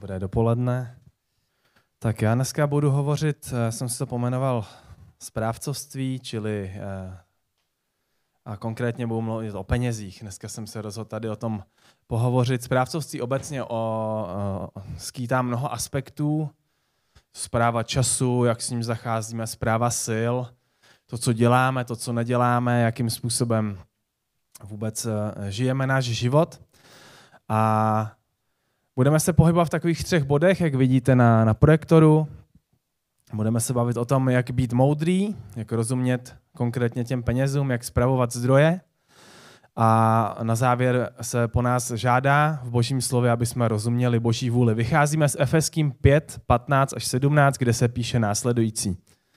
Dobré dopoledne. Tak já dneska budu hovořit, jsem si to pomenoval správcovství, čili a konkrétně budu mluvit o penězích. Dneska jsem se rozhodl tady o tom pohovořit. Správcovství obecně skýtá mnoho aspektů. Správa času, jak s ním zacházíme, správa sil, to, co děláme, to, co neděláme, jakým způsobem vůbec žijeme náš život. A budeme se pohybovat v takových 3 bodech, jak vidíte na projektoru. Budeme se bavit o tom, jak být moudrý, jak rozumět konkrétně těm penězům, jak spravovat zdroje. A na závěr se po nás žádá v Božím slově, aby jsme rozuměli Boží vůli. Vycházíme z Efeským 5, 15 až 17, kde se píše následující.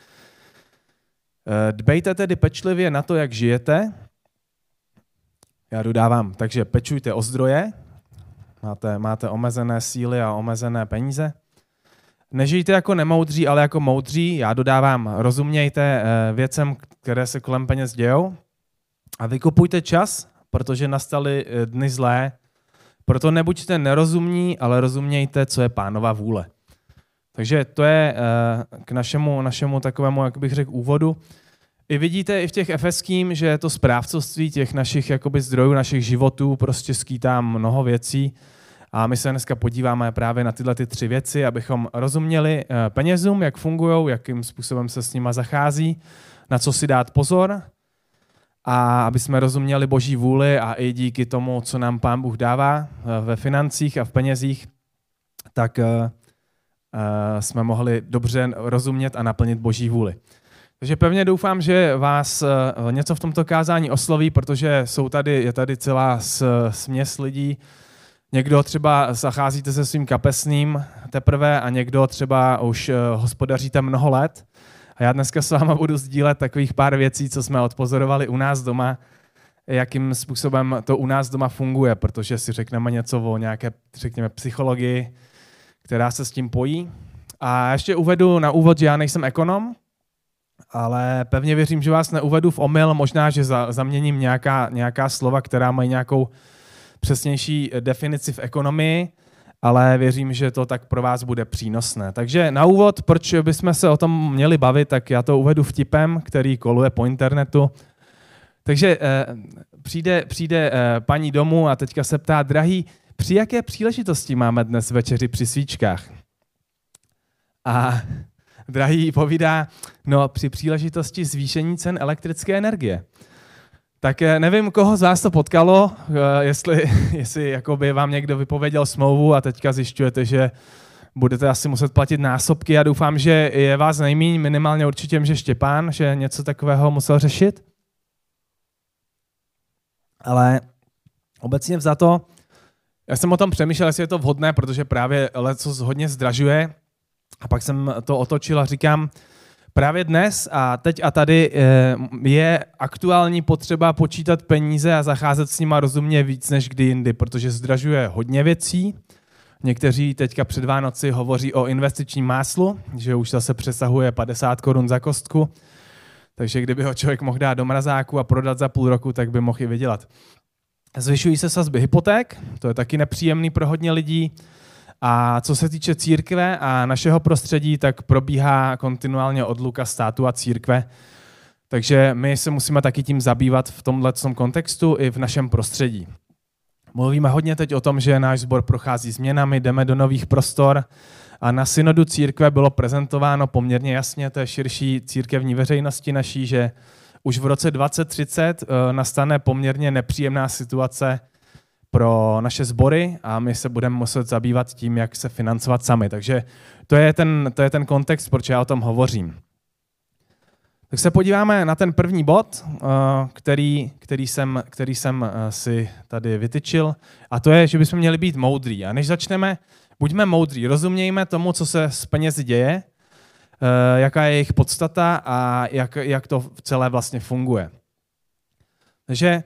Dbejte tedy pečlivě na to, jak žijete. Já dodávám, takže pečujte o zdroje. Máte omezené síly a omezené peníze. Nežijte jako nemoudří, ale jako moudří. Já dodávám, rozumějte věcem, které se kolem peněz dějou. A vykupujte čas, protože nastaly dny zlé. Proto nebuďte nerozumní, ale rozumějte, co je Pánova vůle. Takže to je k našemu takovému, jak bych řekl, úvodu. I vidíte i v těch Efeským, že to správcovství těch našich jakoby zdrojů, našich životů prostě skýtá mnoho věcí. A my se dneska podíváme právě na tyhle 3 věci, abychom rozuměli penězům, jak fungují, jakým způsobem se s nima zachází, na co si dát pozor a aby jsme rozuměli Boží vůli a i díky tomu, co nám Pán Bůh dává ve financích a v penězích, tak jsme mohli dobře rozumět a naplnit Boží vůli. Takže pevně doufám, že vás něco v tomto kázání osloví, protože je tady celá směs lidí. Někdo třeba zacházíte se svým kapesným teprve a někdo třeba už hospodaříte mnoho let. A já dneska s váma budu sdílet takových pár věcí, co jsme odpozorovali u nás doma, jakým způsobem to u nás doma funguje, protože si řekneme něco o nějaké, řekněme, psychologii, která se s tím pojí. A ještě uvedu na úvod, že já nejsem ekonom, ale pevně věřím, že vás neuvedu v omyl, možná, že zaměním nějaká slova, která mají nějakou přesnější definici v ekonomii, ale věřím, že to tak pro vás bude přínosné. Takže na úvod, proč bychom se o tom měli bavit, tak já to uvedu vtipem, který koluje po internetu. Takže přijde paní domů a teďka se ptá, drahý, při jaké příležitosti máme dnes večeři při svíčkách? A drahý povídá, no při příležitosti zvýšení cen elektrické energie. Tak nevím, koho z vás to potkalo, jestli jakoby vám někdo vypověděl smlouvu a teďka zjišťujete, že budete asi muset platit násobky. Já doufám, že je vás nejmíň, minimálně určitě, že Štěpán, že něco takového musel řešit. Ale obecně vzato, já jsem o tom přemýšlel, jestli je to vhodné, protože právě lecos hodně zdražuje. A pak jsem to otočil a říkám, právě dnes a teď a tady je aktuální potřeba počítat peníze a zacházet s nima rozumně víc než kdy jindy, protože zdražuje hodně věcí. Někteří teďka před Vánoci hovoří o investičním máslu, že už zase přesahuje 50 korun za kostku, takže kdyby ho člověk mohl dát do mrazáku a prodat za půl roku, tak by mohl i vydělat. Zvyšují se sazby hypoték, to je taky nepříjemný pro hodně lidí. A co se týče církve a našeho prostředí, tak probíhá kontinuálně odluka státu a církve. Takže my se musíme taky tím zabývat v tomhletom kontextu i v našem prostředí. Mluvíme hodně teď o tom, že náš sbor prochází změnami, jdeme do nových prostor a na synodu církve bylo prezentováno poměrně jasně té širší církevní veřejnosti naší, že už v roce 2030 nastane poměrně nepříjemná situace pro naše sbory a my se budeme muset zabývat tím, jak se financovat sami. Takže to je ten kontext, proč já o tom hovořím. Tak se podíváme na ten první bod, který jsem si tady vytyčil, a to je, že bychom měli být moudrý. A než začneme, buďme moudrý, rozumějme tomu, co se s penězi děje, jaká je jejich podstata a jak to celé vlastně funguje. Takže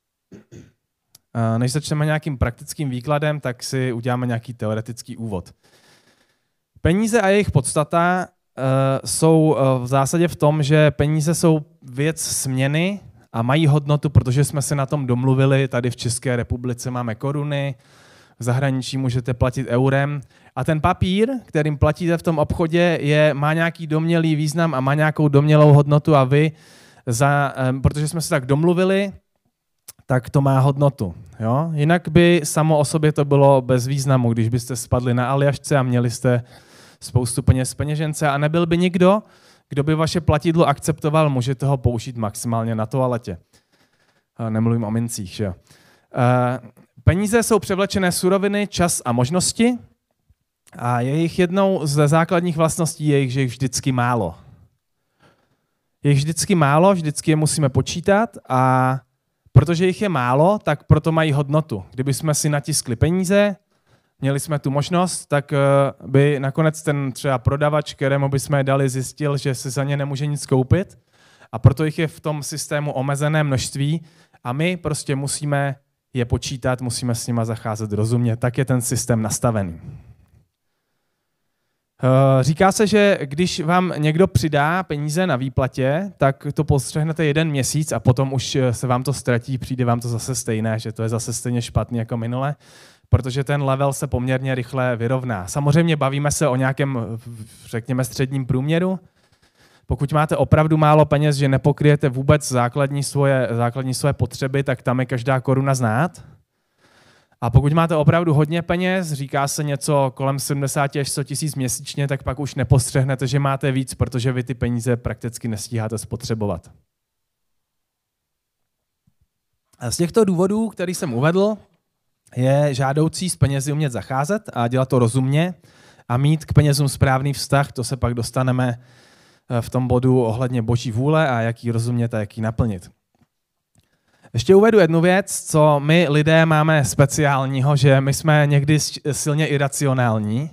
než začneme nějakým praktickým výkladem, tak si uděláme nějaký teoretický úvod. Peníze a jejich podstata jsou v zásadě v tom, že peníze jsou věc směny a mají hodnotu, protože jsme se na tom domluvili. Tady v České republice máme koruny, v zahraničí můžete platit eurem. A ten papír, kterým platíte v tom obchodě, má nějaký domnělý význam a má nějakou domnělou hodnotu a vy, protože jsme se tak domluvili, tak to má hodnotu. Jo? Jinak by samo o sobě to bylo bez významu, když byste spadli na Aljašce a měli jste spoustu peněz v peněžence a nebyl by nikdo, kdo by vaše platidlo akceptoval, můžete ho použít maximálně na toaletě. Nemluvím o mincích, že jo. Peníze jsou převlečené suroviny, čas a možnosti a jejich jednou ze základních vlastností je, že jich vždycky málo. Je jich vždycky málo, vždycky je musíme počítat a protože jich je málo, tak proto mají hodnotu. Kdyby jsme si natiskli peníze, měli jsme tu možnost, tak by nakonec ten třeba prodavač, kterému bychom je dali, zjistil, že si za ně nemůže nic koupit a proto jich je v tom systému omezené množství a my prostě musíme je počítat, musíme s nima zacházet rozumně. Tak je ten systém nastavený. Říká se, že když vám někdo přidá peníze na výplatě, tak to postřehnete 1 měsíc a potom už se vám to ztratí, přijde vám to zase stejné, že to je zase stejně špatný jako minule, protože ten level se poměrně rychle vyrovná. Samozřejmě bavíme se o nějakém, řekněme, středním průměru. Pokud máte opravdu málo peněz, že nepokryjete vůbec základní svoje potřeby, tak tam je každá koruna znát. A pokud máte opravdu hodně peněz, říká se něco kolem 70 až 100 tisíc měsíčně, tak pak už nepostřehnete, že máte víc, protože vy ty peníze prakticky nestíháte spotřebovat. A z těchto důvodů, který jsem uvedl, je žádoucí s penězi umět zacházet a dělat to rozumně a mít k penězům správný vztah, to se pak dostaneme v tom bodu ohledně boží vůle a jak ji rozumět a jak ji naplnit. Ještě uvedu jednu věc, co my lidé máme speciálního, že my jsme někdy silně iracionální.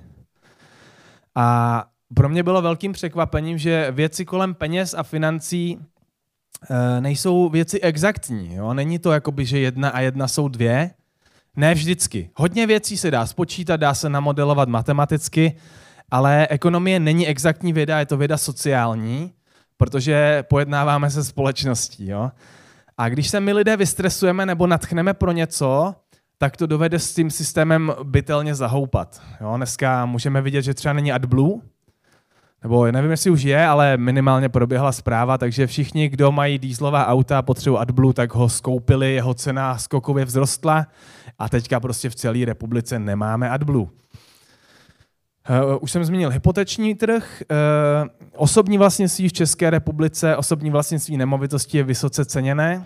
A pro mě bylo velkým překvapením, že věci kolem peněz a financí nejsou věci exaktní. Jo? Není to jakoby, že 1 a 1 jsou 2. Ne vždycky. Hodně věcí se dá spočítat, dá se namodelovat matematicky, ale ekonomie není exaktní věda, je to věda sociální, protože pojednáváme se společností. Jo? A když se my lidé vystresujeme nebo nadchneme pro něco, tak to dovede s tím systémem bytelně zahoupat. Jo? Dneska můžeme vidět, že třeba není AdBlue, nebo nevím, jestli už je, ale minimálně proběhla zpráva, takže všichni, kdo mají dieselová auta a potřebují AdBlue, tak ho skoupili, jeho cena skokově vzrostla a teďka prostě v celé republice nemáme AdBlue. Už jsem zmínil hypoteční trh. Osobní vlastnictví v České republice, osobní vlastnictví nemovitosti je vysoce ceněné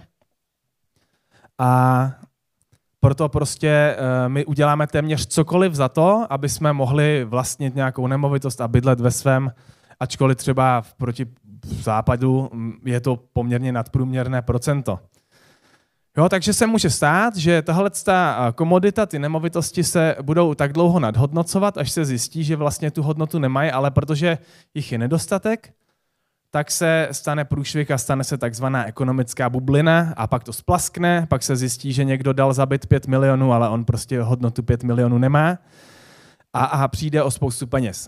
a proto prostě my uděláme téměř cokoliv za to, aby jsme mohli vlastnit nějakou nemovitost a bydlet ve svém, ačkoliv třeba proti západu je to poměrně nadprůměrné procento. Jo, takže se může stát, že tahle komodita, ty nemovitosti se budou tak dlouho nadhodnocovat, až se zjistí, že vlastně tu hodnotu nemají, ale protože jich je nedostatek, tak se stane průšvih a stane se takzvaná ekonomická bublina a pak to splaskne, pak se zjistí, že někdo dal za byt 5 milionů, ale on prostě hodnotu 5 milionů nemá a přijde o spoustu peněz.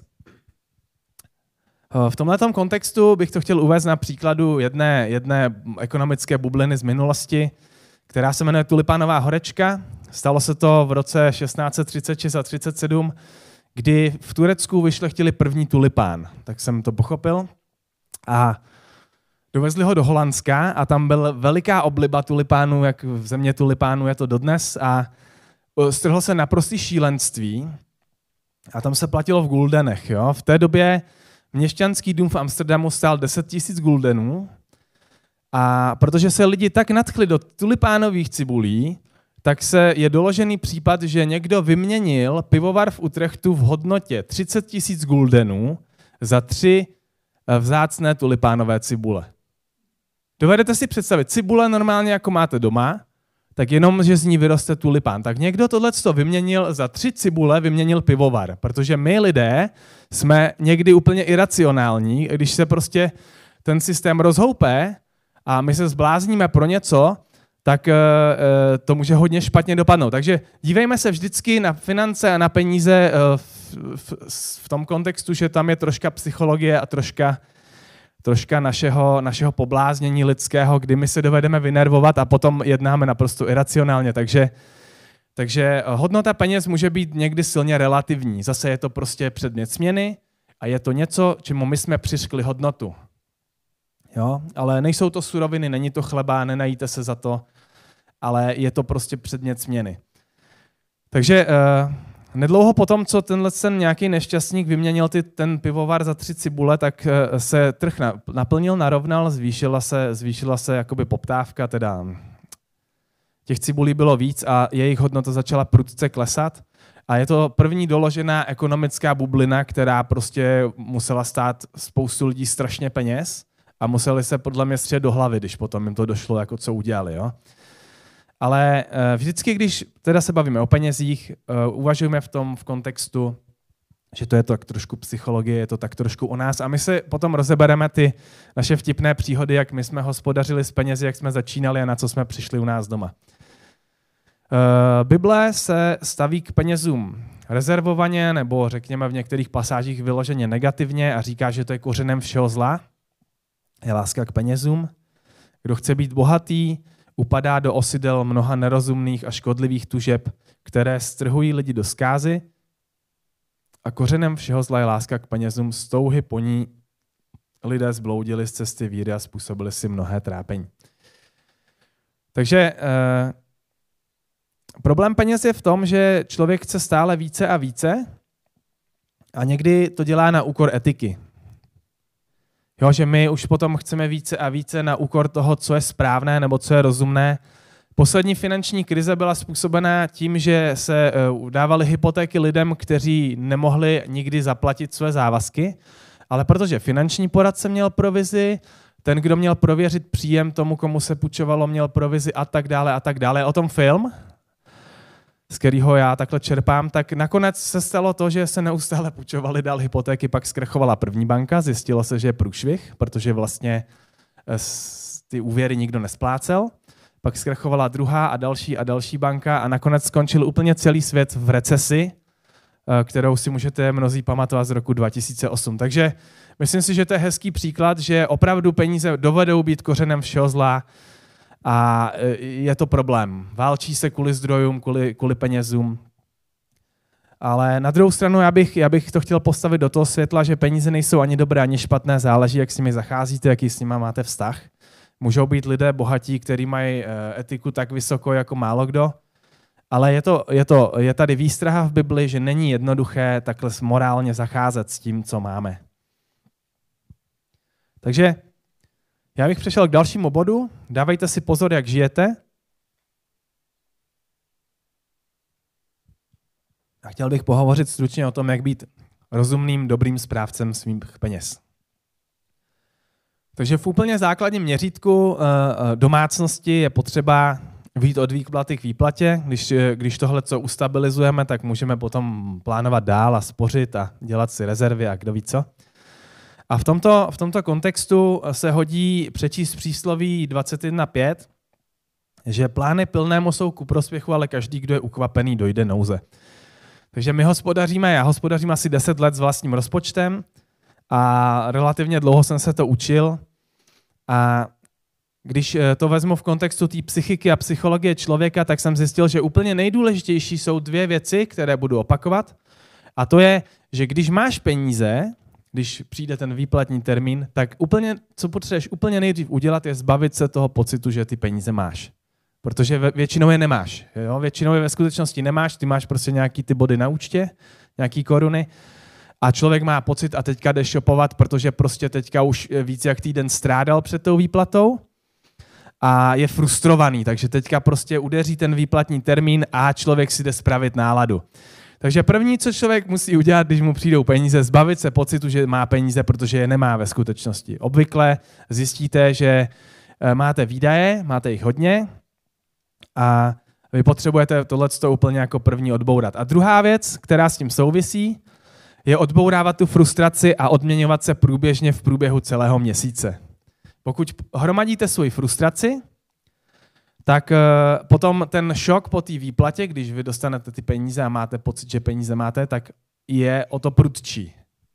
V tomhletom kontextu bych to chtěl uvést na příkladu jedné ekonomické bubliny z minulosti, která se jmenuje Tulipánová horečka. Stalo se to v roce 1636 a 37, kdy v Turecku vyšlechtili první tulipán. Tak jsem to pochopil. A dovezli ho do Holandska a tam byla veliká obliba tulipánů, jak v země tulipánů je to dodnes. A strhlo se naprostý šílenství a tam se platilo v guldenech. Jo? V té době měšťanský dům v Amsterdamu stál 10 000 guldenů. A protože se lidi tak nadchli do tulipánových cibulí, tak je doložený případ, že někdo vyměnil pivovar v Utrechtu v hodnotě 30 000 guldenů za 3 vzácné tulipánové cibule. Dovedete si představit, cibule normálně jako máte doma, tak jenom, že z ní vyroste tulipán. Tak někdo tohleto vyměnil za 3 cibule, vyměnil pivovar, protože my lidé jsme někdy úplně iracionální, když se prostě ten systém rozhoupe, a my se zblázníme pro něco, tak to může hodně špatně dopadnout. Takže dívejme se vždycky na finance a na peníze v tom kontextu, že tam je troška psychologie a troška našeho pobláznění lidského, kdy my se dovedeme vynervovat a potom jednáme naprosto iracionálně. Takže Takže hodnota peněz může být někdy silně relativní. Zase je to prostě předmět směny a je to něco, čemu my jsme přiřkli hodnotu. Jo? Ale nejsou to suroviny, není to chleba, nenajíte se za to, ale je to prostě předmět směny. Takže nedlouho potom, co tenhle nějaký nešťastník vyměnil ten pivovar za 3 cibule, tak se trh naplnil, narovnal, zvýšila se jakoby poptávka, teda těch cibulí bylo víc a jejich hodnota začala prudce klesat. A je to první doložená ekonomická bublina, která prostě musela stát spoustu lidí strašně peněz a museli se podle mě střet do hlavy, když potom jim to došlo, jako co udělali. Jo? Ale vždycky, když teda se bavíme o penězích, uvažujeme v kontextu, že to je tak trošku psychologie, je to tak trošku o nás a my si potom rozebereme ty naše vtipné příhody, jak my jsme hospodařili s penězi, jak jsme začínali a na co jsme přišli u nás doma. Bible se staví k penězům rezervovaně nebo řekněme v některých pasážích vyloženě negativně a říká, že to je kořenem všeho zla, je láska k penězům. Kdo chce být bohatý, upadá do osidel mnoha nerozumných a škodlivých tužeb, které strhují lidi do zkázy a kořenem všeho zla je láska k penězům, z touhy po ní lidé zbloudili z cesty víry a způsobili si mnohé trápení. Takže problém peněz je v tom, že člověk chce stále více a více a někdy to dělá na úkor etiky. Jo, že my už potom chceme více a více na úkor toho, co je správné nebo co je rozumné. Poslední finanční krize byla způsobená tím, že se dávaly hypotéky lidem, kteří nemohli nikdy zaplatit své závazky, ale protože finanční poradce měl provizi, ten, kdo měl prověřit příjem tomu, komu se půjčovalo, měl provizi a tak dále a tak dále. O tom film, z kterého já takhle čerpám, tak nakonec se stalo to, že se neustále půjčovali dál hypotéky, pak zkrachovala první banka, zjistilo se, že je průšvih, protože vlastně ty úvěry nikdo nesplácel, pak zkrachovala druhá a další banka a nakonec skončil úplně celý svět v recesi, kterou si můžete mnozí pamatovat z roku 2008. Takže myslím si, že to je hezký příklad, že opravdu peníze dovedou být kořenem všeho zla, a je to problém. Válčí se kvůli zdrojům, kvůli penězům. Ale na druhou stranu já bych to chtěl postavit do toho světla, že peníze nejsou ani dobré, ani špatné, záleží, jak s nimi zacházíte, jaký s nimi máte vztah. Můžou být lidé bohatí, kteří mají etiku tak vysoko jako málo kdo, ale je tady výstraha v Bibli, že není jednoduché takhle morálně zacházet s tím, co máme. Takže já bych přešel k dalšímu bodu. Dávejte si pozor, jak žijete. A chtěl bych pohovořit stručně o tom, jak být rozumným, dobrým správcem svých peněz. Takže v úplně základním měřítku domácnosti je potřeba vyjít od výplaty k výplatě. Když tohle co ustabilizujeme, tak můžeme potom plánovat dál a spořit a dělat si rezervy a kdo ví co. A v tomto kontextu se hodí přečíst přísloví 21.5, že plány pilnému jsou ku prospěchu, ale každý, kdo je ukvapený, dojde nouze. Takže já hospodařím asi 10 let s vlastním rozpočtem a relativně dlouho jsem se to učil. A když to vezmu v kontextu té psychiky a psychologie člověka, tak jsem zjistil, že úplně nejdůležitější jsou 2 věci, které budu opakovat. A to je, že když máš peníze, když přijde ten výplatní termín, tak co potřebuješ úplně nejdřív udělat, je zbavit se toho pocitu, že ty peníze máš. Protože většinou je nemáš. Jo? Většinou je ve skutečnosti nemáš, ty máš prostě nějaký ty body na účtě, nějaký koruny a člověk má pocit a teďka jde shopovat, protože prostě teďka už víc jak týden strádal před tou výplatou a je frustrovaný, takže teďka prostě udeří ten výplatní termín a člověk si jde spravit náladu. Takže první, co člověk musí udělat, když mu přijdou peníze, zbavit se pocitu, že má peníze, protože je nemá ve skutečnosti. Obvykle zjistíte, že máte výdaje, máte jich hodně a vy potřebujete tohleto úplně jako první odbourat. A druhá věc, která s tím souvisí, je odbourávat tu frustraci a odměňovat se průběžně v průběhu celého měsíce. Pokud hromadíte svoji frustraci, tak potom ten šok po té výplatě, když vy dostanete ty peníze a máte pocit, že peníze máte, tak je o to prudčí.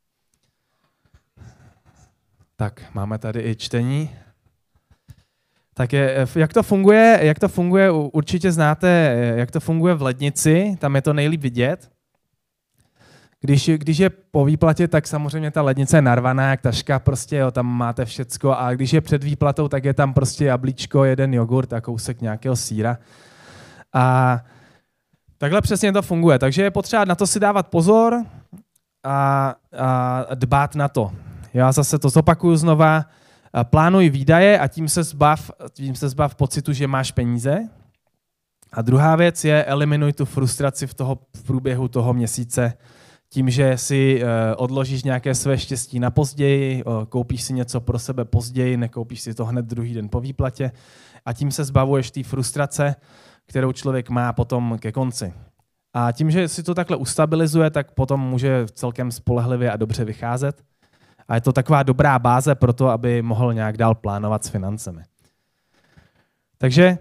Tak, máme tady i čtení. Tak jak to funguje, určitě znáte, jak to funguje v lednici, tam je to nejlíp vidět. Když je po výplatě, tak samozřejmě ta lednice je narvaná, jak taška, prostě jo, tam máte všecko, a když je před výplatou, tak je tam prostě jablíčko, jeden jogurt a kousek nějakého sýra. A takhle přesně to funguje, takže je potřeba na to si dávat pozor a dbát na to. Já zase to zopakuju znova, plánuj výdaje a tím se zbav pocitu, že máš peníze. A druhá věc je, eliminuj tu frustraci v průběhu toho měsíce tím, že si odložíš nějaké své štěstí na později, koupíš si něco pro sebe později, nekoupíš si to hned druhý den po výplatě a tím se zbavuješ té frustrace, kterou člověk má potom ke konci. A tím, že si to takhle ustabilizuje, tak potom může celkem spolehlivě a dobře vycházet. A je to taková dobrá báze pro to, aby mohl nějak dál plánovat s financemi. Takže,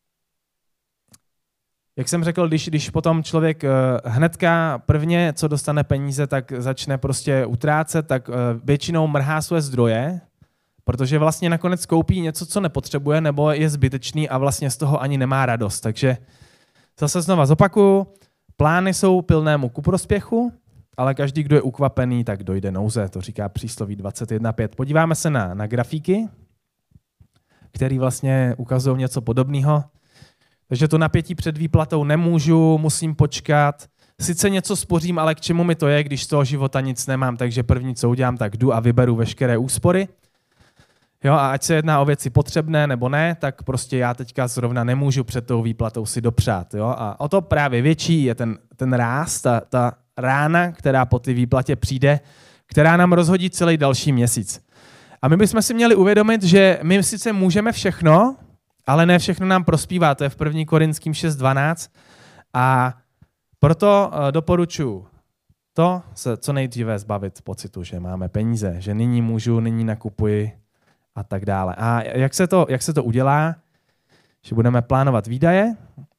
jak jsem řekl, když potom člověk hnedka prvně, co dostane peníze, tak začne prostě utrácet, tak většinou mrhá své zdroje, protože vlastně nakonec koupí něco, co nepotřebuje, nebo je zbytečný a vlastně z toho ani nemá radost. Takže zase znova zopakuju, plány jsou pilnému ku prospěchu, ale každý, kdo je ukvapený, tak dojde nouze. To říká přísloví 21.5. Podíváme se na grafíky, které vlastně ukazují něco podobného. Takže to napětí před výplatou nemůžu, musím počkat. Sice něco spořím, ale k čemu mi to je, když z toho života nic nemám, takže první, co udělám, tak jdu a vyberu veškeré úspory. Jo, a ať se jedná o věci potřebné nebo ne, tak prostě já teďka zrovna nemůžu před tou výplatou si dopřát. Jo? A o to právě větší je ten ráz, ta rána, která po té výplatě přijde, která nám rozhodí celý další měsíc. A my bychom si měli uvědomit, že my sice můžeme všechno, ale ne všechno nám prospívá. To je v 1. Korinským 6.12. A proto doporučuji to se co nejdříve zbavit pocitu, že máme peníze, že nyní můžu, nyní nakupuji a tak dále. A jak se to udělá? Že budeme plánovat výdaje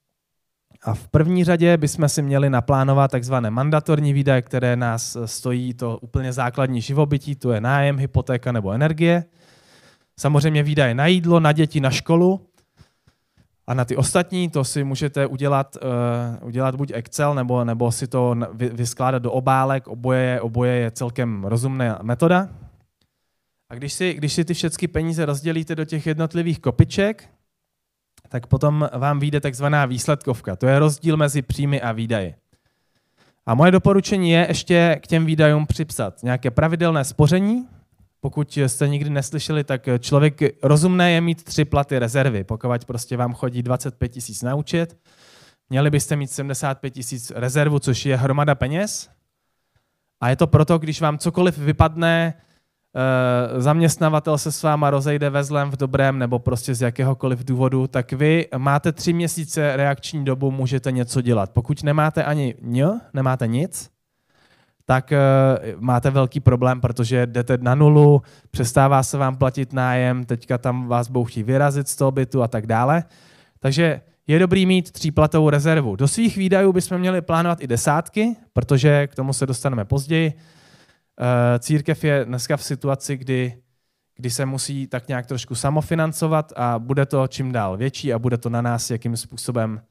a v první řadě bychom si měli naplánovat takzvané mandatorní výdaje, které nás stojí to úplně základní živobytí, to je nájem, hypotéka nebo energie. Samozřejmě výdaje na jídlo, na děti, na školu a na ty ostatní, to si můžete udělat buď Excel, nebo si to vyskládat do obálek, oboje je celkem rozumná metoda. A když si ty všechny peníze rozdělíte do těch jednotlivých kopiček, tak potom vám vyjde takzvaná výsledkovka. To je rozdíl mezi příjmy a výdaji. A moje doporučení je ještě k těm výdajům připsat nějaké pravidelné spoření. Pokud jste nikdy neslyšeli, tak člověk rozumné je mít 3 platy rezervy. Pokud prostě vám chodí 25 000 na účet, měli byste mít 75 000 rezervu, což je hromada peněz. A je to proto, když vám cokoliv vypadne, zaměstnavatel se s váma rozejde ve zlém, v dobrém nebo prostě z jakéhokoliv důvodu, tak vy máte 3 měsíce reakční dobu, můžete něco dělat. Pokud nemáte nemáte nic, tak máte velký problém, protože jdete na nulu, přestává se vám platit nájem, teďka tam vás budou chtít vyrazit z toho bytu a tak dále. Takže je dobrý mít 3platovou rezervu. Do svých výdajů bychom měli plánovat i desátky, protože k tomu se dostaneme později. Církev je dneska v situaci, kdy se musí tak nějak trošku samofinancovat a bude to čím dál větší a bude to na nás, jakým způsobem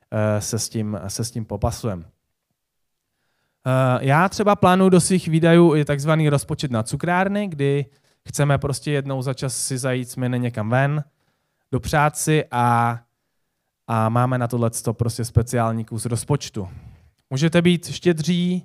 se s tím popasujeme. Já třeba plánuju do svých výdajů i takzvaný rozpočet na cukrárny, kdy chceme prostě jednou za čas si zajít směny někam ven, dopřát si a máme na tohleto prostě speciální kus rozpočtu. Můžete být štědří,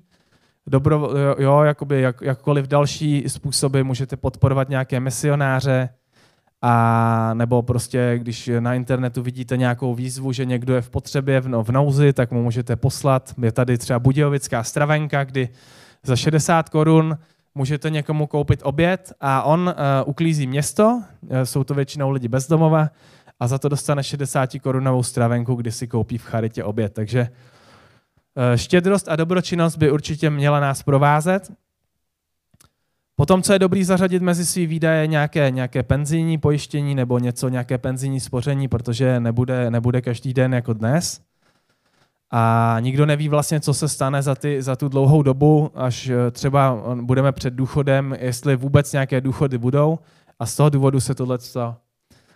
jakkoliv další způsoby, můžete podporovat nějaké misionáře, a nebo prostě, když na internetu vidíte nějakou výzvu, že někdo je v potřebě, v nouzi, tak mu můžete poslat. Je tady třeba budějovická stravenka, kdy za 60 korun můžete někomu koupit oběd a on uklízí město, jsou to většinou lidi bezdomova, a za to dostane 60 korunovou stravenku, kdy si koupí v charitě oběd. Takže štědrost a dobročinnost by určitě měla nás provázet. Potom, co je dobrý zařadit mezi svý výdaje, nějaké penzijní pojištění nebo nějaké penzijní spoření, protože nebude každý den jako dnes. A nikdo neví vlastně, co se stane za tu dlouhou dobu, až třeba budeme před důchodem, jestli vůbec nějaké důchody budou. A z toho důvodu se tohleto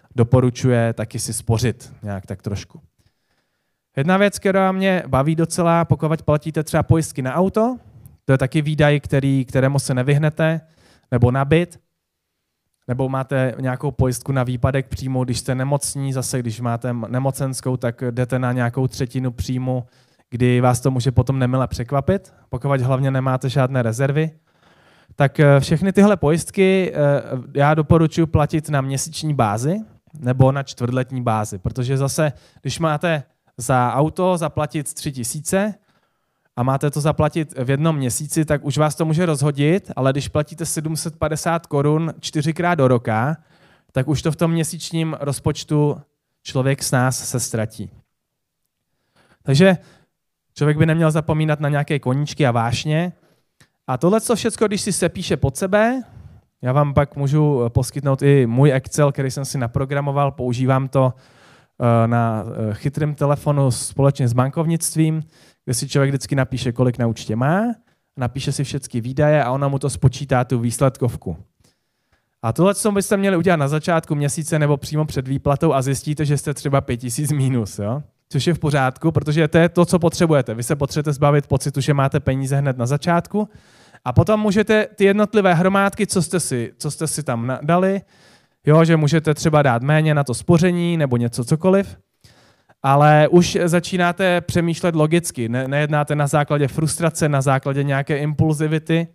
doporučuje taky si spořit nějak tak trošku. Jedna věc, která mě baví docela, pokud platíte třeba pojistky na auto, to je taky výdaj, kterému se nevyhnete, nebo na byt, nebo máte nějakou pojistku na výpadek příjmu, když jste nemocní, zase když máte nemocenskou, tak jdete na nějakou třetinu příjmu, kdy vás to může potom nemile překvapit, pokud hlavně nemáte žádné rezervy. Tak všechny tyhle pojistky já doporučuji platit na měsíční bázi nebo na čtvrtletní bázi, protože zase, když máte za auto zaplatit 3 000 a máte to zaplatit v jednom měsíci, tak už vás to může rozhodit, ale když platíte 750 korun 4krát do roka, tak už to v tom měsíčním rozpočtu člověk z nás se ztratí. Takže člověk by neměl zapomínat na nějaké koníčky a vášně. A tohle všechno, když si sepíše pod sebe, já vám pak můžu poskytnout i můj Excel, který jsem si naprogramoval, používám to na chytrém telefonu společně s bankovnictvím, kde si člověk vždycky napíše, kolik na účtě má, napíše si všechny výdaje a ona mu to spočítá tu výsledkovku. A tohle byste měli udělat na začátku měsíce nebo přímo před výplatou a zjistíte, že jste třeba 5 000 mínus, jo? Což je v pořádku, protože to je to, co potřebujete. Vy se potřebujete zbavit pocitu, že máte peníze hned na začátku a potom můžete ty jednotlivé hromádky, co jste si tam dali, jo, že můžete třeba dát méně na to spoření nebo něco cokoliv, ale už začínáte přemýšlet logicky. Nejednáte na základě frustrace, na základě nějaké impulzivity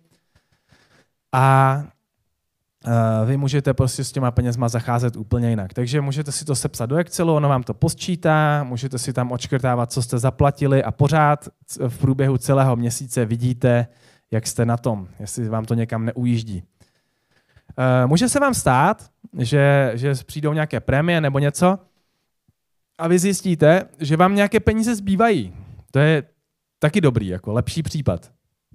a vy můžete prostě s těma penězma zacházet úplně jinak. Takže můžete si to sepsat do Excelu, ono vám to posčítá, můžete si tam odškrtávat, co jste zaplatili a pořád v průběhu celého měsíce vidíte, jak jste na tom, jestli vám to někam neujíždí. Může se vám stát, že přijdou nějaké prémie nebo něco a vy zjistíte, že vám nějaké peníze zbývají. To je taky dobrý, jako lepší případ.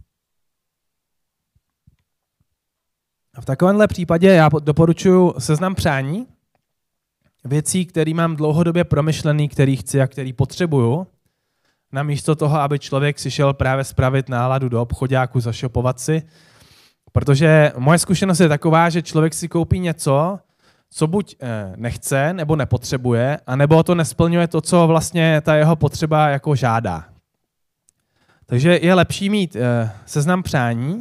A v takovémhle případě já doporučuji seznam přání, věcí, které mám dlouhodobě promyšlený, který chci a který potřebuju, namísto toho, aby člověk si šel právě spravit náladu do obchoďáku, zašopovat si, protože moje zkušenost je taková, že člověk si koupí něco, co buď nechce, nebo nepotřebuje, anebo to nesplňuje to, co vlastně ta jeho potřeba jako žádá. Takže je lepší mít seznam přání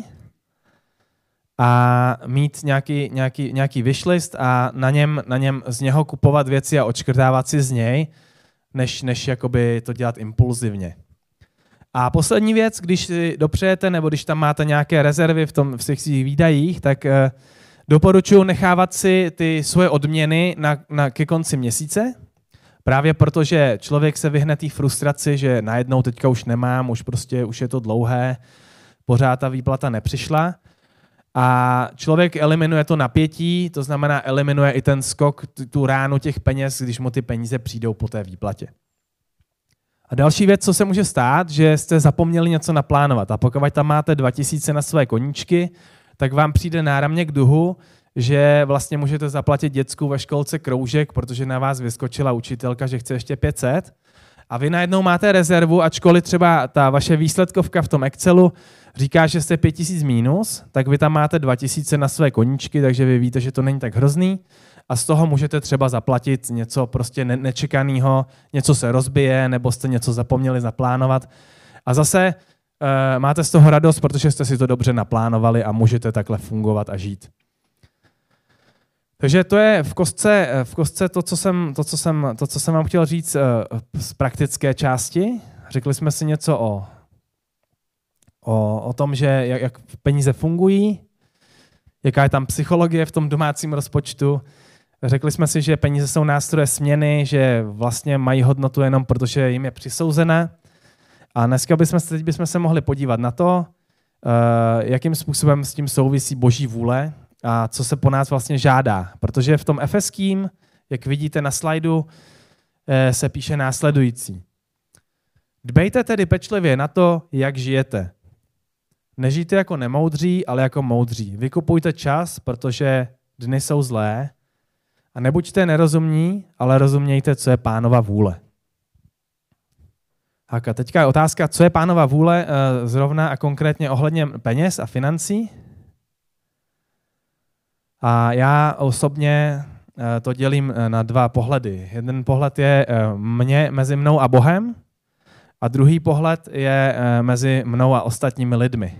a mít nějaký wishlist a na něm z něho kupovat věci a odškrtávat si z něj, než jakoby to dělat impulzivně. A poslední věc, když si dopřejete, nebo když tam máte nějaké rezervy v těch svých výdajích, tak doporučuji nechávat si ty svoje odměny ke konci měsíce, právě protože člověk se vyhne té frustraci, že najednou teďka už nemám, už je to dlouhé, pořád ta výplata nepřišla. A člověk eliminuje to napětí, to znamená eliminuje i ten skok, tu ránu těch peněz, když mu ty peníze přijdou po té výplatě. A další věc, co se může stát, že jste zapomněli něco naplánovat. A pokud tam máte 2000 na své koníčky, tak vám přijde náramně k duhu, že vlastně můžete zaplatit děcku ve školce kroužek, protože na vás vyskočila učitelka, že chce ještě 500. A vy najednou máte rezervu, ačkoliv třeba ta vaše výsledkovka v tom Excelu říká, že jste 5000 mínus, tak vy tam máte 2000 na své koníčky, takže vy víte, že to není tak hrozný. A z toho můžete třeba zaplatit něco prostě nečekaného, něco se rozbije, nebo jste něco zapomněli zaplánovat. A zase máte z toho radost, protože jste si to dobře naplánovali a můžete takhle fungovat a žít. Takže to je v kostce to, co jsem vám chtěl říct z praktické části. Řekli jsme si něco o tom, že jak peníze fungují, jaká je tam psychologie v tom domácím rozpočtu. Řekli jsme si, že peníze jsou nástroje směny, že vlastně mají hodnotu jenom protože jim je přisouzena. A dneska bychom se mohli podívat na to, jakým způsobem s tím souvisí Boží vůle a co se po nás vlastně žádá. Protože v tom Efeským, jak vidíte na slajdu, se píše následující. Dbejte tedy pečlivě na to, jak žijete. Nežijte jako nemoudří, ale jako moudří. Vykupujte čas, protože dny jsou zlé. A nebuďte nerozumní, ale rozumějte, co je Pánova vůle. A teďka je otázka, co je Pánova vůle zrovna a konkrétně ohledně peněz a financí. A já osobně to dělím na dva pohledy. Jeden pohled je mezi mnou a Bohem a druhý pohled je mezi mnou a ostatními lidmi.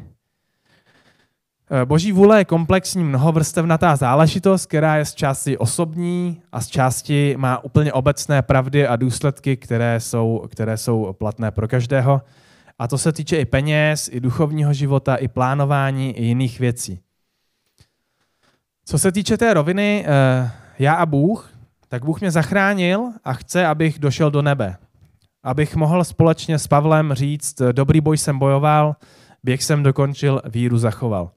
Boží vůle je komplexní, mnohovrstevnatá záležitost, která je z části osobní a z části má úplně obecné pravdy a důsledky, které jsou platné pro každého. A to se týče i peněz, i duchovního života, i plánování, i jiných věcí. Co se týče té roviny já a Bůh, tak Bůh mě zachránil a chce, abych došel do nebe. Abych mohl společně s Pavlem říct, dobrý boj jsem bojoval, běh jsem dokončil, víru zachoval.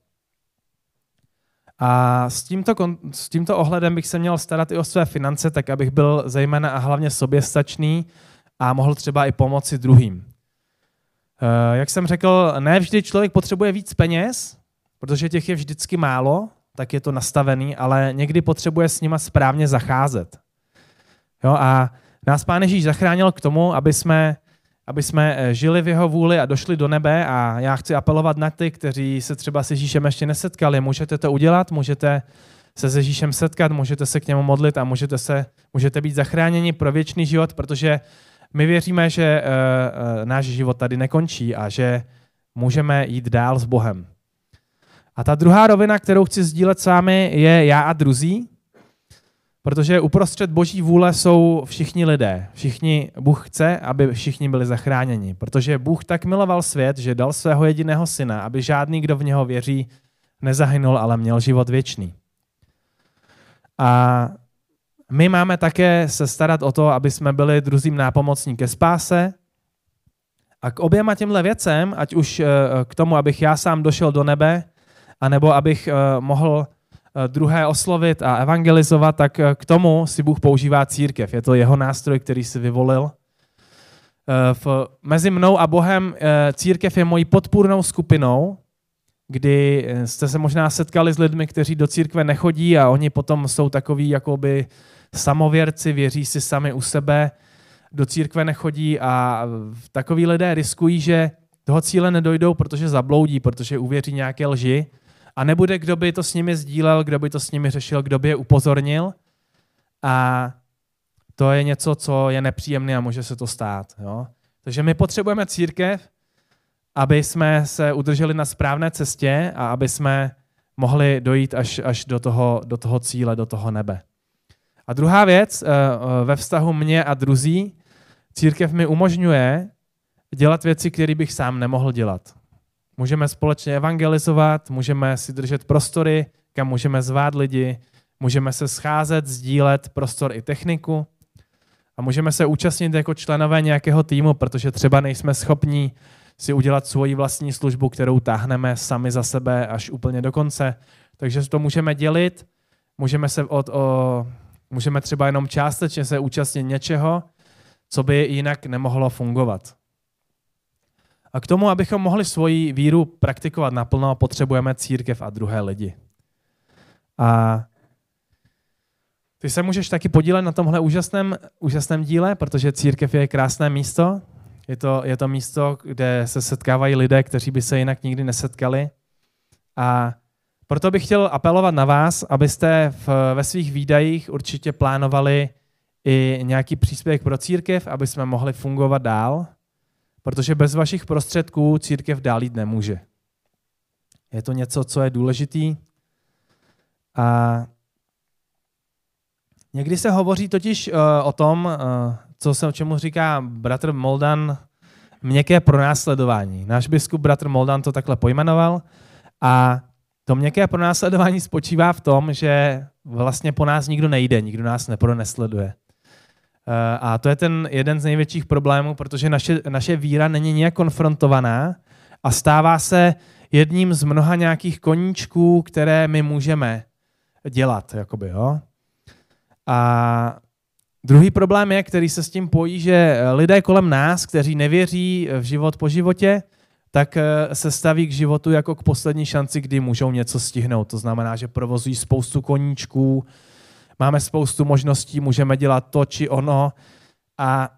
A s tímto ohledem bych se měl starat i o své finance, tak abych byl zejména a hlavně soběstačný a mohl třeba i pomoci druhým. Jak jsem řekl, ne vždy člověk potřebuje víc peněz, protože těch je vždycky málo, tak je to nastavený, ale někdy potřebuje s nima správně zacházet. Jo, a nás Pán Ježíš zachránil k tomu, aby jsme žili v jeho vůli a došli do nebe, a já chci apelovat na ty, kteří se třeba s Ježíšem ještě nesetkali. Můžete to udělat, můžete se s Ježíšem setkat, můžete se k němu modlit a můžete být zachráněni pro věčný život, protože my věříme, že náš život tady nekončí a že můžeme jít dál s Bohem. A ta druhá rovina, kterou chci sdílet s vámi, je já a druzí, protože uprostřed Boží vůle jsou všichni lidé. Bůh chce, aby všichni byli zachráněni, protože Bůh tak miloval svět, že dal svého jediného syna, aby žádný, kdo v něho věří, nezahynul, ale měl život věčný. A my máme také se starat o to, aby jsme byli druzím nápomocní ke spáse. A k oběma těmhle věcem, ať už k tomu, abych já sám došel do nebe, anebo abych mohl druhé oslovit a evangelizovat, tak k tomu si Bůh používá církev. Je to jeho nástroj, který si vyvolil. Mezi mnou a Bohem církev je mojí podpůrnou skupinou, kdy jste se možná setkali s lidmi, kteří do církve nechodí a oni potom jsou takoví jakoby samověrci, věří si sami u sebe, do církve nechodí a takoví lidé riskují, že toho cíle nedojdou, protože zabloudí, protože uvěří nějaké lži a nebude, kdo by to s nimi sdílel, kdo by to s nimi řešil, kdo by je upozornil, a to je něco, co je nepříjemné a může se to stát. Jo? Takže my potřebujeme církev, aby jsme se udrželi na správné cestě a aby jsme mohli dojít až do toho cíle, do toho nebe. A druhá věc, ve vztahu mě a druzí, církev mi umožňuje dělat věci, které bych sám nemohl dělat. Můžeme společně evangelizovat, můžeme si držet prostory, kam můžeme zvát lidi, můžeme se scházet, sdílet prostor i techniku a můžeme se účastnit jako členové nějakého týmu, protože třeba nejsme schopní si udělat svoji vlastní službu, kterou táhneme sami za sebe až úplně do konce. Takže to můžeme dělit, můžeme třeba jenom částečně se účastnit něčeho, co by jinak nemohlo fungovat. A k tomu, abychom mohli svoji víru praktikovat naplno, potřebujeme církev a druhé lidi. A ty se můžeš taky podílet na tomhle úžasném díle, protože církev je krásné místo. Je to místo, kde se setkávají lidé, kteří by se jinak nikdy nesetkali. A proto bych chtěl apelovat na vás, abyste ve svých výdajích určitě plánovali i nějaký příspěvek pro církev, aby jsme mohli fungovat dál, protože bez vašich prostředků církev dál jít nemůže. Je to něco, co je důležitý. A někdy se hovoří totiž o tom, čemu říká bratr Moldan, měkké pronásledování. Náš biskup bratr Moldan to takhle pojmenoval a to měkké pronásledování spočívá v tom, že vlastně po nás nikdo nejde, nikdo nás nepronesleduje. A to je ten jeden z největších problémů, protože naše víra není nijak konfrontovaná a stává se jedním z mnoha nějakých koníčků, které my můžeme dělat. Jakoby, jo? A druhý problém je, který se s tím pojí, že lidé kolem nás, kteří nevěří v život po životě, tak se staví k životu jako k poslední šanci, kdy můžou něco stihnout. To znamená, že provozují spoustu koníčků, máme spoustu možností, můžeme dělat to či ono a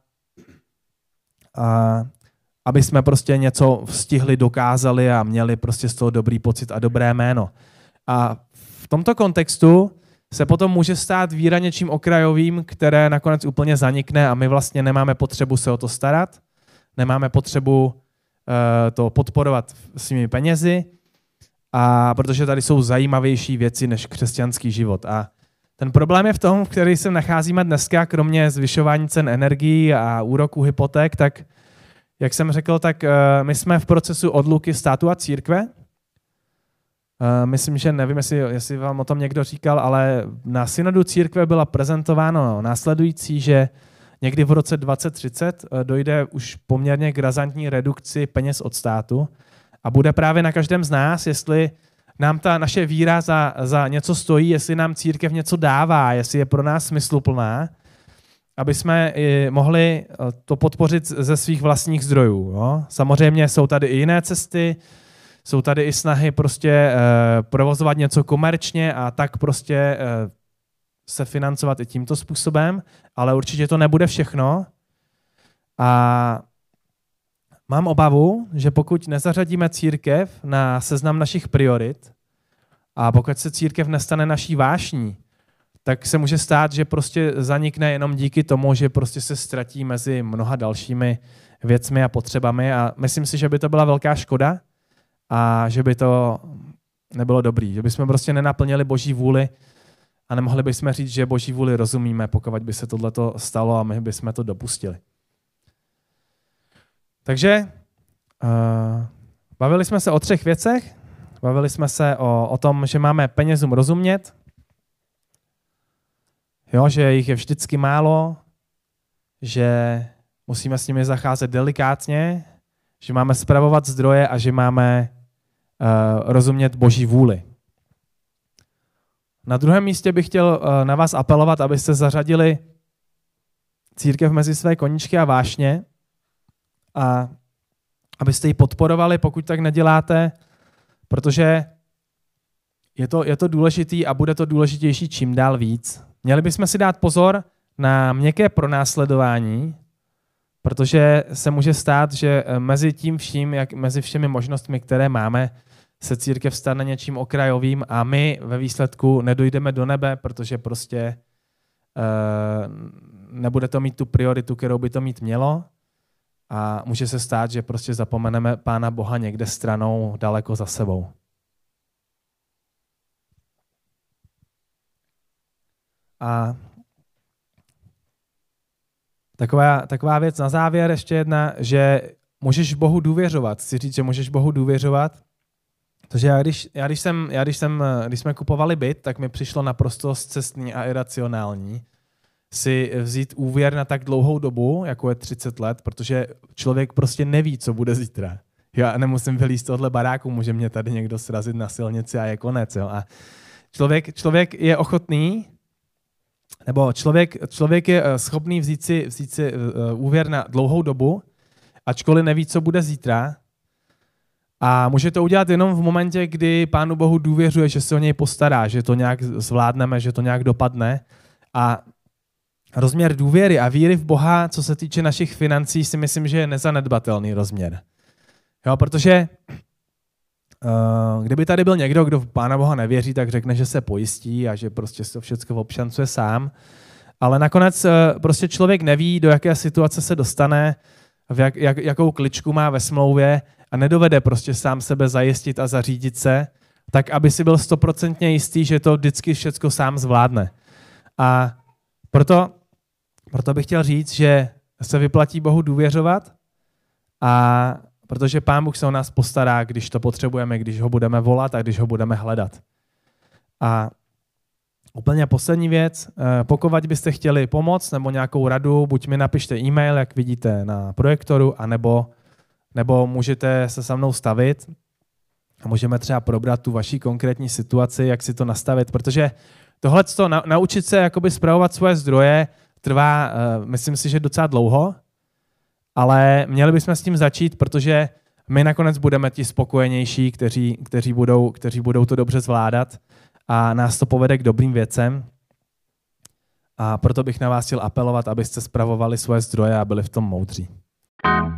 aby jsme prostě něco stihli, dokázali a měli prostě z toho dobrý pocit a dobré jméno. A v tomto kontextu se potom může stát víra něčím okrajovým, které nakonec úplně zanikne a my vlastně nemáme potřebu se o to starat, nemáme potřebu to podporovat svými penězi, a protože tady jsou zajímavější věci než křesťanský život. A ten problém je v tom, v který se nacházíme dneska, kromě zvyšování cen energií a úroků hypoték, tak jak jsem řekl, tak my jsme v procesu odluky státu a církve. Myslím, že nevím, jestli vám o tom někdo říkal, ale na synodu církve byla prezentováno následující, že někdy v roce 2030 dojde už poměrně k razantní redukci peněz od státu a bude právě na každém z nás, jestli nám ta naše víra za něco stojí, jestli nám církev něco dává, jestli je pro nás smysluplná, aby jsme mohli to podpořit ze svých vlastních zdrojů. Jo? Samozřejmě jsou tady i jiné cesty, jsou tady i snahy prostě provozovat něco komerčně a tak prostě se financovat i tímto způsobem, ale určitě to nebude všechno. A mám obavu, že pokud nezařadíme církev na seznam našich priorit a pokud se církev nestane naší vášní, tak se může stát, že prostě zanikne jenom díky tomu, že prostě se ztratí mezi mnoha dalšími věcmi a potřebami a myslím si, že by to byla velká škoda a že by to nebylo dobrý, že bychom prostě nenaplnili Boží vůli a nemohli bychom říct, že Boží vůli rozumíme, pokud by se tohleto stalo a my bychom to dopustili. Takže bavili jsme se o 3 věcech. Bavili jsme se o tom, že máme penězům rozumět, jo, že jich je vždycky málo, že musíme s nimi zacházet delikátně, že máme spravovat zdroje a že máme rozumět Boží vůli. Na druhém místě bych chtěl na vás apelovat, abyste zařadili církev mezi své koníčky a vášně a abyste ji podporovali, pokud tak neděláte, protože je to důležitý a bude to důležitější čím dál víc. Měli bychom si dát pozor na měkké pronásledování, protože se může stát, že mezi tím vším, mezi všemi možnostmi, které máme, se církev stane něčím okrajovým a my ve výsledku nedojdeme do nebe, protože prostě nebude to mít tu prioritu, kterou by to mít mělo a může se stát, že prostě zapomeneme Pána Boha někde stranou daleko za sebou. A taková věc na závěr, ještě jedna, že můžeš Bohu důvěřovat. Chci říct, že můžeš Bohu důvěřovat, protože když jsme kupovali byt, tak mi přišlo naprosto scestný a iracionální si vzít úvěr na tak dlouhou dobu, jako je 30 let, protože člověk prostě neví, co bude zítra. Já nemusím vylízt tohle baráku, může mě tady někdo srazit na silnici a je konec. Jo? A člověk je ochotný, nebo člověk je schopný vzít si úvěr na dlouhou dobu, ačkoliv neví, co bude zítra. A může to udělat jenom v momentě, kdy Pánu Bohu důvěřuje, že se o něj postará, že to nějak zvládneme, že to nějak dopadne. A rozměr důvěry a víry v Boha, co se týče našich financí, si myslím, že je nezanedbatelný rozměr. Jo, protože kdyby tady byl někdo, kdo v Pána Boha nevěří, tak řekne, že se pojistí a že prostě to všechno obšancuje sám. Ale nakonec prostě člověk neví, do jaké situace se dostane, jakou kličku má ve smlouvě a nedovede prostě sám sebe zajistit a zařídit se, tak aby si byl 100% jistý, že to vždycky všechno sám zvládne. A proto bych chtěl říct, že se vyplatí Bohu důvěřovat a protože Pán Bůh se o nás postará, když to potřebujeme, když ho budeme volat a když ho budeme hledat. A úplně poslední věc, pokud byste chtěli pomoct nebo nějakou radu, buď mi napište e-mail, jak vidíte na projektoru, nebo můžete se se mnou stavit a můžeme třeba probrat tu vaši konkrétní situaci, jak si to nastavit, protože tohleto naučit se jakoby spravovat svoje zdroje trvá, myslím si, že docela dlouho, ale měli bychom s tím začít, protože my nakonec budeme ti spokojenější, kteří budou to dobře zvládat a nás to povede k dobrým věcem. A proto bych na vás chtěl apelovat, abyste spravovali svoje zdroje a byli v tom moudří.